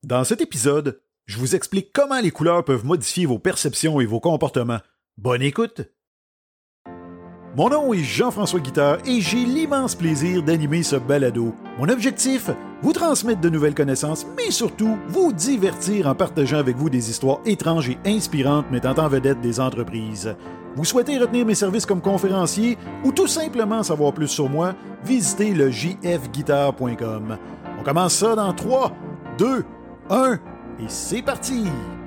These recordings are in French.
Dans cet épisode, je vous explique comment les couleurs peuvent modifier vos perceptions et vos comportements. Bonne écoute! Mon nom est Jean-François Guitard et j'ai l'immense plaisir d'animer ce balado. Mon objectif, vous transmettre de nouvelles connaissances, mais surtout vous divertir en partageant avec vous des histoires étranges et inspirantes mettant en vedette des entreprises. Vous souhaitez retenir mes services comme conférencier ou tout simplement savoir plus sur moi, visitez le jfguitar.com. On commence ça dans 3, 2, 1 et c'est parti!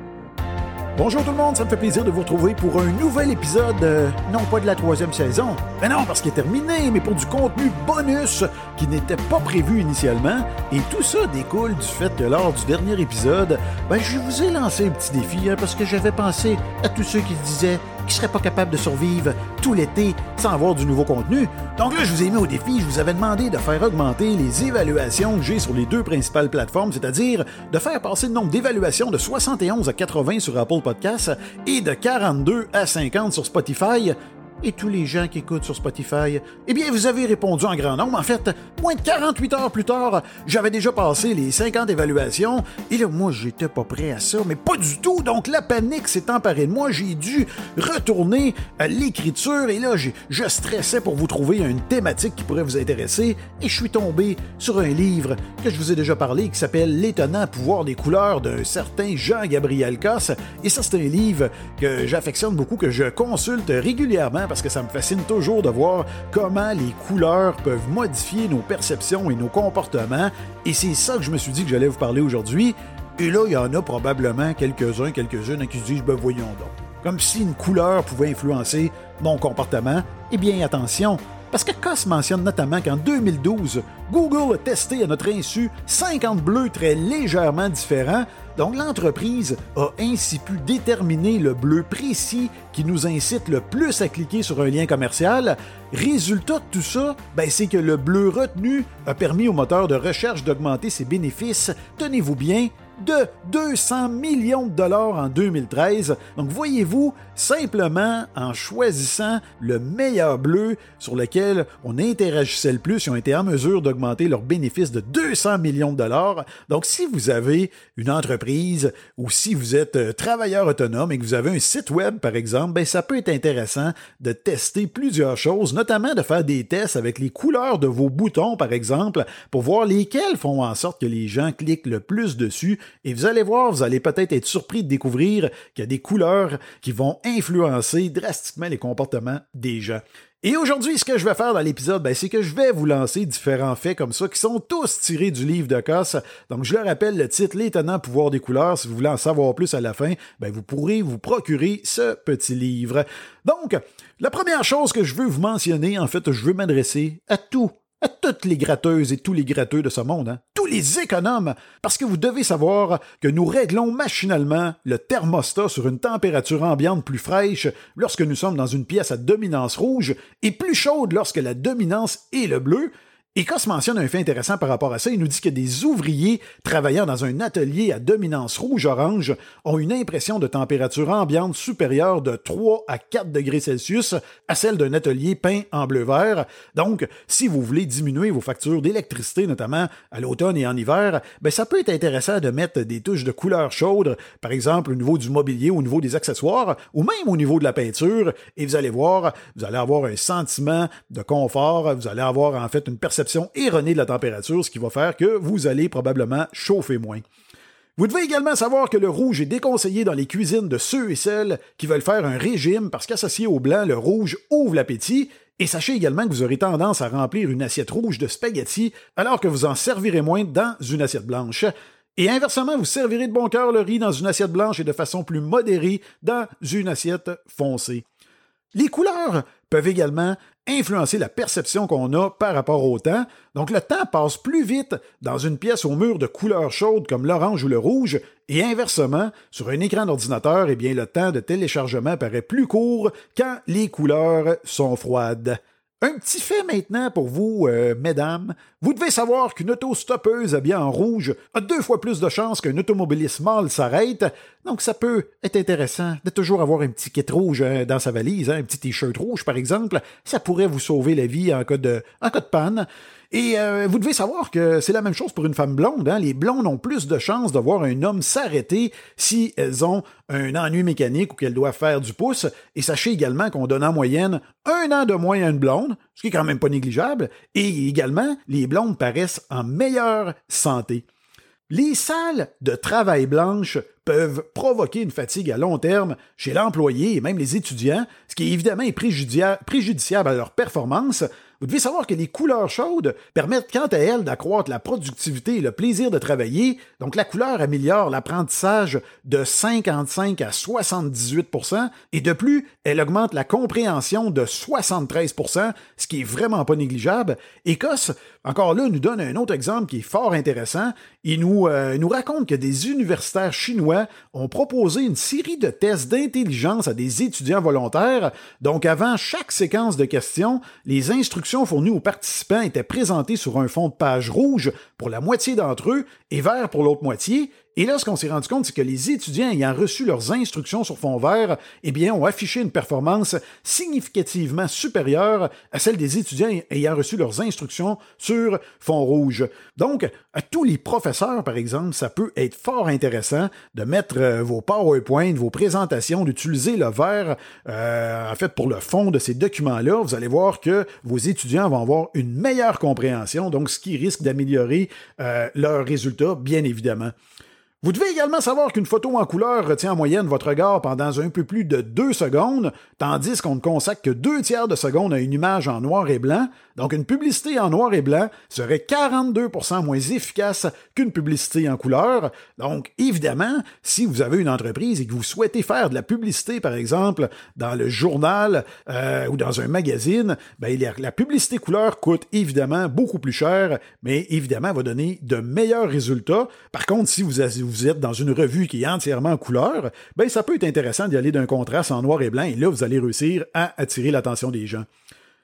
Bonjour tout le monde, ça me fait plaisir de vous retrouver pour un nouvel épisode, non pas de la 3e saison, mais non parce qu'il est terminé, mais pour du contenu bonus qui n'était pas prévu initialement, et tout ça découle du fait que lors du dernier épisode, je vous ai lancé un petit défi, parce que j'avais pensé à tous ceux qui se disaient qu'ils seraient pas capables de survivre tout l'été sans avoir du nouveau contenu. Donc là, je vous ai mis au défi, je vous avais demandé de faire augmenter les évaluations que j'ai sur les 2 principales plateformes, c'est-à-dire de faire passer le nombre d'évaluations de 71 à 80 sur Apple Podcasts et de 42 à 50 sur Spotify. Et tous les gens qui écoutent sur Spotify, eh bien, vous avez répondu en grand nombre. En fait, moins de 48 heures plus tard, j'avais déjà passé les 50 évaluations. Et là, moi, j'étais pas prêt à ça, mais pas du tout. Donc, la panique s'est emparée de moi. J'ai dû retourner à l'écriture. Et là, je stressais pour vous trouver une thématique qui pourrait vous intéresser. Et je suis tombé sur un livre que je vous ai déjà parlé qui s'appelle « L'étonnant pouvoir des couleurs » d'un certain Jean-Gabriel Cosse. Et ça, c'est un livre que j'affectionne beaucoup, que je consulte régulièrement parce que ça me fascine toujours de voir comment les couleurs peuvent modifier nos perceptions et nos comportements. Et c'est ça que je me suis dit que j'allais vous parler aujourd'hui. Et là, il y en a probablement quelques-unes qui se disent « voyons donc ». Comme si une couleur pouvait influencer mon comportement. Eh bien, attention, parce que Cosse mentionne notamment qu'en 2012, Google a testé à notre insu 50 bleus très légèrement différents. Donc l'entreprise a ainsi pu déterminer le bleu précis qui nous incite le plus à cliquer sur un lien commercial. Résultat de tout ça, c'est que le bleu retenu a permis au moteur de recherche d'augmenter ses bénéfices, tenez-vous bien, de 200 millions de dollars en 2013. Donc voyez-vous, simplement en choisissant le meilleur bleu sur lequel on interagissait le plus, ils ont été en mesure d'augmenter leurs bénéfices de 200 millions de dollars. Donc si vous avez une entreprise ou si vous êtes travailleur autonome et que vous avez un site web par exemple, ça peut être intéressant de tester plusieurs choses, notamment de faire des tests avec les couleurs de vos boutons par exemple, pour voir lesquels font en sorte que les gens cliquent le plus dessus. Et vous allez voir, vous allez peut-être être surpris de découvrir qu'il y a des couleurs qui vont influencer drastiquement les comportements des gens. Et aujourd'hui, ce que je vais faire dans l'épisode, c'est que je vais vous lancer différents faits comme ça qui sont tous tirés du livre de Cosse. Donc, je le rappelle, le titre « L'étonnant pouvoir des couleurs ». Si vous voulez en savoir plus à la fin, vous pourrez vous procurer ce petit livre. Donc, la première chose que je veux vous mentionner, en fait, je veux m'adresser à toutes les gratteuses et tous les gratteux de ce monde, tous les économes, parce que vous devez savoir que nous réglons machinalement le thermostat sur une température ambiante plus fraîche lorsque nous sommes dans une pièce à dominance rouge et plus chaude lorsque la dominance est le bleu. Et Cosse mentionne un fait intéressant par rapport à ça. Il nous dit que des ouvriers travaillant dans un atelier à dominance rouge-orange ont une impression de température ambiante supérieure de 3 à 4 degrés Celsius à celle d'un atelier peint en bleu-vert. Donc, si vous voulez diminuer vos factures d'électricité, notamment à l'automne et en hiver, ça peut être intéressant de mettre des touches de couleur chaude, par exemple au niveau du mobilier, au niveau des accessoires, ou même au niveau de la peinture. Et vous allez voir, vous allez avoir un sentiment de confort, vous allez avoir en fait une perception erronée de la température, ce qui va faire que vous allez probablement chauffer moins. Vous devez également savoir que le rouge est déconseillé dans les cuisines de ceux et celles qui veulent faire un régime parce qu'associé au blanc, le rouge ouvre l'appétit. Et sachez également que vous aurez tendance à remplir une assiette rouge de spaghettis alors que vous en servirez moins dans une assiette blanche. Et inversement, vous servirez de bon cœur le riz dans une assiette blanche et de façon plus modérée dans une assiette foncée. Les couleurs peuvent également influencer la perception qu'on a par rapport au temps. Donc le temps passe plus vite dans une pièce au mur de couleur chaude comme l'orange ou le rouge, et inversement, sur un écran d'ordinateur, le temps de téléchargement paraît plus court quand les couleurs sont froides. Un petit fait maintenant pour vous, mesdames. Vous devez savoir qu'une autostoppeuse habillée en rouge a 2 fois plus de chances qu'un automobiliste mâle s'arrête. Donc ça peut être intéressant de toujours avoir un petit kit rouge dans sa valise, un petit t-shirt rouge par exemple. Ça pourrait vous sauver la vie en cas de panne. Et vous devez savoir que c'est la même chose pour une femme blonde. Hein? Les blondes ont plus de chances de voir un homme s'arrêter si elles ont un ennui mécanique ou qu'elles doivent faire du pouce. Et sachez également qu'on donne en moyenne 1 an de moins à une blonde, ce qui est quand même pas négligeable. Et également, les blondes paraissent en meilleure santé. Les salles de travail blanches peuvent provoquer une fatigue à long terme chez l'employé et même les étudiants, ce qui évidemment est préjudiciable à leur performance. Vous devez savoir que les couleurs chaudes permettent quant à elles d'accroître la productivité et le plaisir de travailler. Donc la couleur améliore l'apprentissage de 55 à 78%, et de plus, elle augmente la compréhension de 73%, ce qui est vraiment pas négligeable. Écosse, encore là, nous donne un autre exemple qui est fort intéressant. Il nous raconte que des universitaires chinois ont proposé une série de tests d'intelligence à des étudiants volontaires. Donc avant chaque séquence de questions, les instructions fournies aux participants étaient présentées sur un fond de page rouge pour la moitié d'entre eux et vert pour l'autre moitié. Et là, ce qu'on s'est rendu compte, c'est que les étudiants ayant reçu leurs instructions sur fond vert, eh bien, ont affiché une performance significativement supérieure à celle des étudiants ayant reçu leurs instructions sur fond rouge. Donc, à tous les professeurs, par exemple, ça peut être fort intéressant de mettre vos PowerPoint, vos présentations, d'utiliser le vert, en fait, pour le fond de ces documents-là. Vous allez voir que vos étudiants vont avoir une meilleure compréhension, donc ce qui risque d'améliorer leurs résultats, bien évidemment. Vous devez également savoir qu'une photo en couleur retient en moyenne votre regard pendant un peu plus de 2 secondes, tandis qu'on ne consacre que 2/3 de seconde à une image en noir et blanc. Donc une publicité en noir et blanc serait 42% moins efficace qu'une publicité en couleur. Donc évidemment, si vous avez une entreprise et que vous souhaitez faire de la publicité, par exemple, dans le journal ou dans un magazine, ben, la publicité couleur coûte évidemment beaucoup plus cher, mais évidemment va donner de meilleurs résultats. Par contre, si vous êtes dans une revue qui est entièrement en couleur, ben ça peut être intéressant d'y aller d'un contraste en noir et blanc, et là, vous allez réussir à attirer l'attention des gens.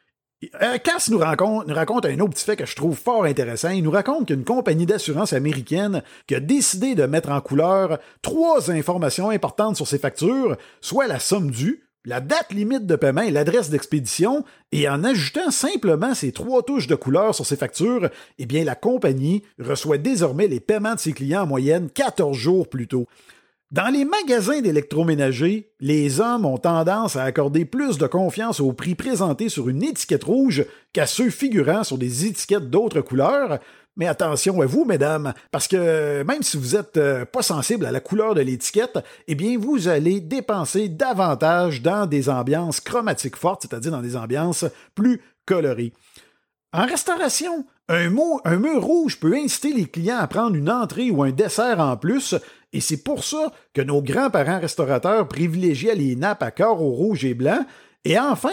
Cass nous raconte un autre petit fait que je trouve fort intéressant. Il nous raconte qu'une compagnie d'assurance américaine qui a décidé de mettre en couleur 3 informations importantes sur ses factures, soit la somme due, la date limite de paiement et l'adresse d'expédition, et en ajoutant simplement ces 3 touches de couleur sur ses factures, eh bien la compagnie reçoit désormais les paiements de ses clients en moyenne 14 jours plus tôt. Dans les magasins d'électroménager, les hommes ont tendance à accorder plus de confiance aux prix présentés sur une étiquette rouge qu'à ceux figurant sur des étiquettes d'autres couleurs. Mais attention à vous, mesdames, parce que même si vous n'êtes pas sensible à la couleur de l'étiquette, eh bien, vous allez dépenser davantage dans des ambiances chromatiques fortes, c'est-à-dire dans des ambiances plus colorées. En restauration, un mur rouge peut inciter les clients à prendre une entrée ou un dessert en plus, et c'est pour ça que nos grands-parents restaurateurs privilégiaient les nappes à carreaux rouges et blancs. Et enfin,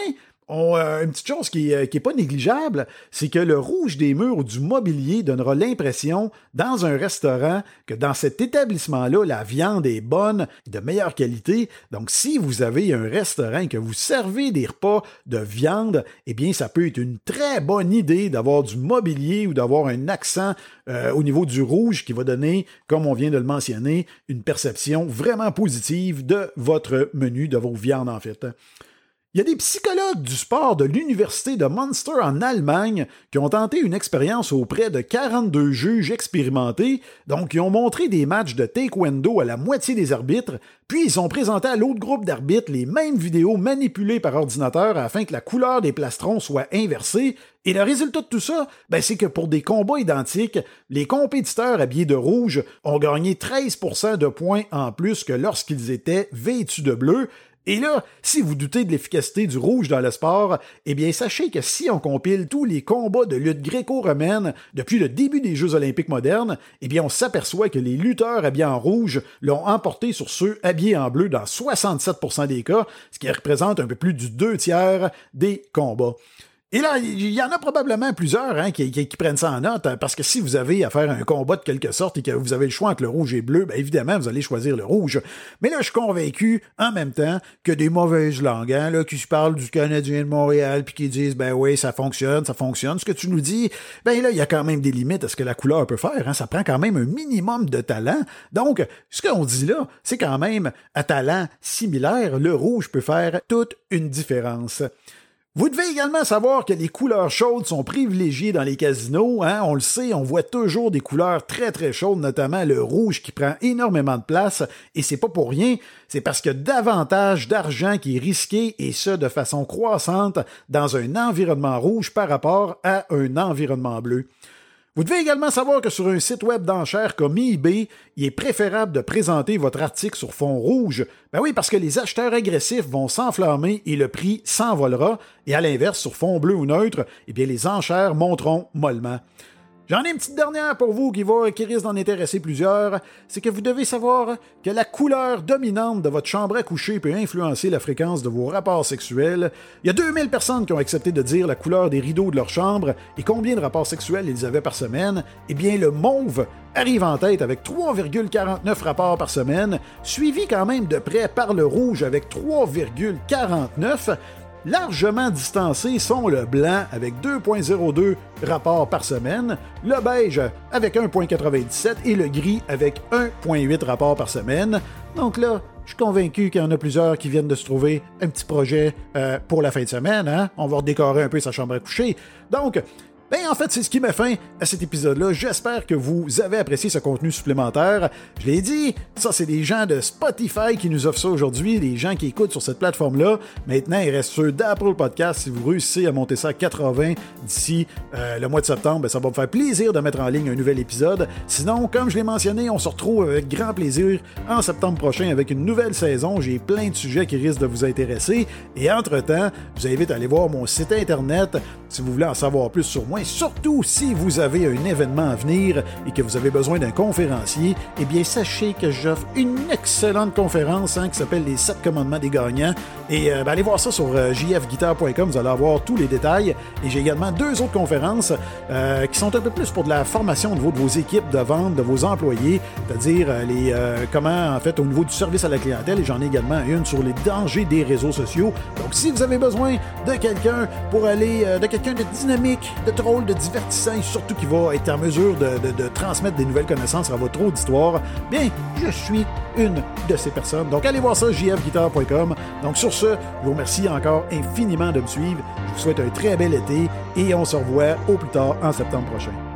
une petite chose qui est pas négligeable, c'est que le rouge des murs ou du mobilier donnera l'impression, dans un restaurant, que dans cet établissement-là, la viande est bonne, de meilleure qualité. Donc, si vous avez un restaurant et que vous servez des repas de viande, eh bien, ça peut être une très bonne idée d'avoir du mobilier ou d'avoir un accent au niveau du rouge qui va donner, comme on vient de le mentionner, une perception vraiment positive de votre menu, de vos viandes, en fait. Il y a des psychologues du sport de l'Université de Münster en Allemagne qui ont tenté une expérience auprès de 42 juges expérimentés, donc ils ont montré des matchs de taekwondo à la moitié des arbitres, puis ils ont présenté à l'autre groupe d'arbitres les mêmes vidéos manipulées par ordinateur afin que la couleur des plastrons soit inversée. Et le résultat de tout ça, c'est que pour des combats identiques, les compétiteurs habillés de rouge ont gagné 13% de points en plus que lorsqu'ils étaient vêtus de bleu. Et là, si vous doutez de l'efficacité du rouge dans le sport, eh bien sachez que si on compile tous les combats de lutte gréco-romaine depuis le début des Jeux olympiques modernes, eh bien on s'aperçoit que les lutteurs habillés en rouge l'ont emporté sur ceux habillés en bleu dans 67% des cas, ce qui représente un peu plus du 2/3 des combats. Et là, il y en a probablement plusieurs qui prennent ça en note, parce que si vous avez à faire un combat de quelque sorte et que vous avez le choix entre le rouge et le bleu, évidemment, vous allez choisir le rouge. Mais là, je suis convaincu, en même temps, que des mauvaises langues, qui se parlent du Canadien de Montréal, puis qui disent, oui, ça fonctionne. Ce que tu nous dis, là, il y a quand même des limites à ce que la couleur peut faire, ça prend quand même un minimum de talent. Donc, ce qu'on dit là, c'est quand même, à talent similaire, le rouge peut faire toute une différence. Vous devez également savoir que les couleurs chaudes sont privilégiées dans les casinos. Hein? On le sait, on voit toujours des couleurs très très chaudes, notamment le rouge qui prend énormément de place. Et c'est pas pour rien, c'est parce que davantage d'argent qui est risqué, et ce de façon croissante, dans un environnement rouge par rapport à un environnement bleu. Vous devez également savoir que sur un site web d'enchères comme eBay, il est préférable de présenter votre article sur fond rouge. Ben oui, parce que les acheteurs agressifs vont s'enflammer et le prix s'envolera. Et à l'inverse, sur fond bleu ou neutre, eh bien les enchères monteront mollement. J'en ai une petite dernière pour vous qui risque d'en intéresser plusieurs. C'est que vous devez savoir que la couleur dominante de votre chambre à coucher peut influencer la fréquence de vos rapports sexuels. Il y a 2000 personnes qui ont accepté de dire la couleur des rideaux de leur chambre et combien de rapports sexuels ils avaient par semaine. Eh bien, le mauve arrive en tête avec 3,49 rapports par semaine, suivi quand même de près par le rouge avec 3,49. Largement distancés sont le blanc avec 2,02 rapports par semaine, le beige avec 1,97 et le gris avec 1,8 rapports par semaine. Donc là, je suis convaincu qu'il y en a plusieurs qui viennent de se trouver un petit projet pour la fin de semaine. Hein? On va redécorer un peu sa chambre à coucher. Donc, en fait, c'est ce qui met fin à cet épisode-là. J'espère que vous avez apprécié ce contenu supplémentaire. Je l'ai dit, ça, c'est des gens de Spotify qui nous offrent ça aujourd'hui, des gens qui écoutent sur cette plateforme-là. Maintenant, il reste ceux d'Apple Podcast. Si vous réussissez à monter ça à 80 d'ici le mois de septembre, ça va me faire plaisir de mettre en ligne un nouvel épisode. Sinon, comme je l'ai mentionné, on se retrouve avec grand plaisir en septembre prochain avec une nouvelle saison. J'ai plein de sujets qui risquent de vous intéresser. Et entre-temps, je vous invite à aller voir mon site Internet si vous voulez en savoir plus sur moi. Surtout si vous avez un événement à venir et que vous avez besoin d'un conférencier, eh bien sachez que j'offre une excellente conférence qui s'appelle les 7 commandements des gagnants. Et allez voir ça sur jfguitar.com, vous allez avoir tous les détails. Et j'ai également 2 autres conférences qui sont un peu plus pour de la formation au niveau de vos équipes de vente, de vos employés, c'est-à-dire comment en fait au niveau du service à la clientèle. Et j'en ai également une sur les dangers des réseaux sociaux. Donc si vous avez besoin de quelqu'un pour aller, de quelqu'un de dynamique, de drôle, de divertissant et surtout qui va être en mesure de transmettre des nouvelles connaissances à votre auditoire, bien, je suis une de ces personnes. Donc, allez voir ça, jfguitar.com. Donc, sur ce, je vous remercie encore infiniment de me suivre. Je vous souhaite un très bel été et on se revoit au plus tard en septembre prochain.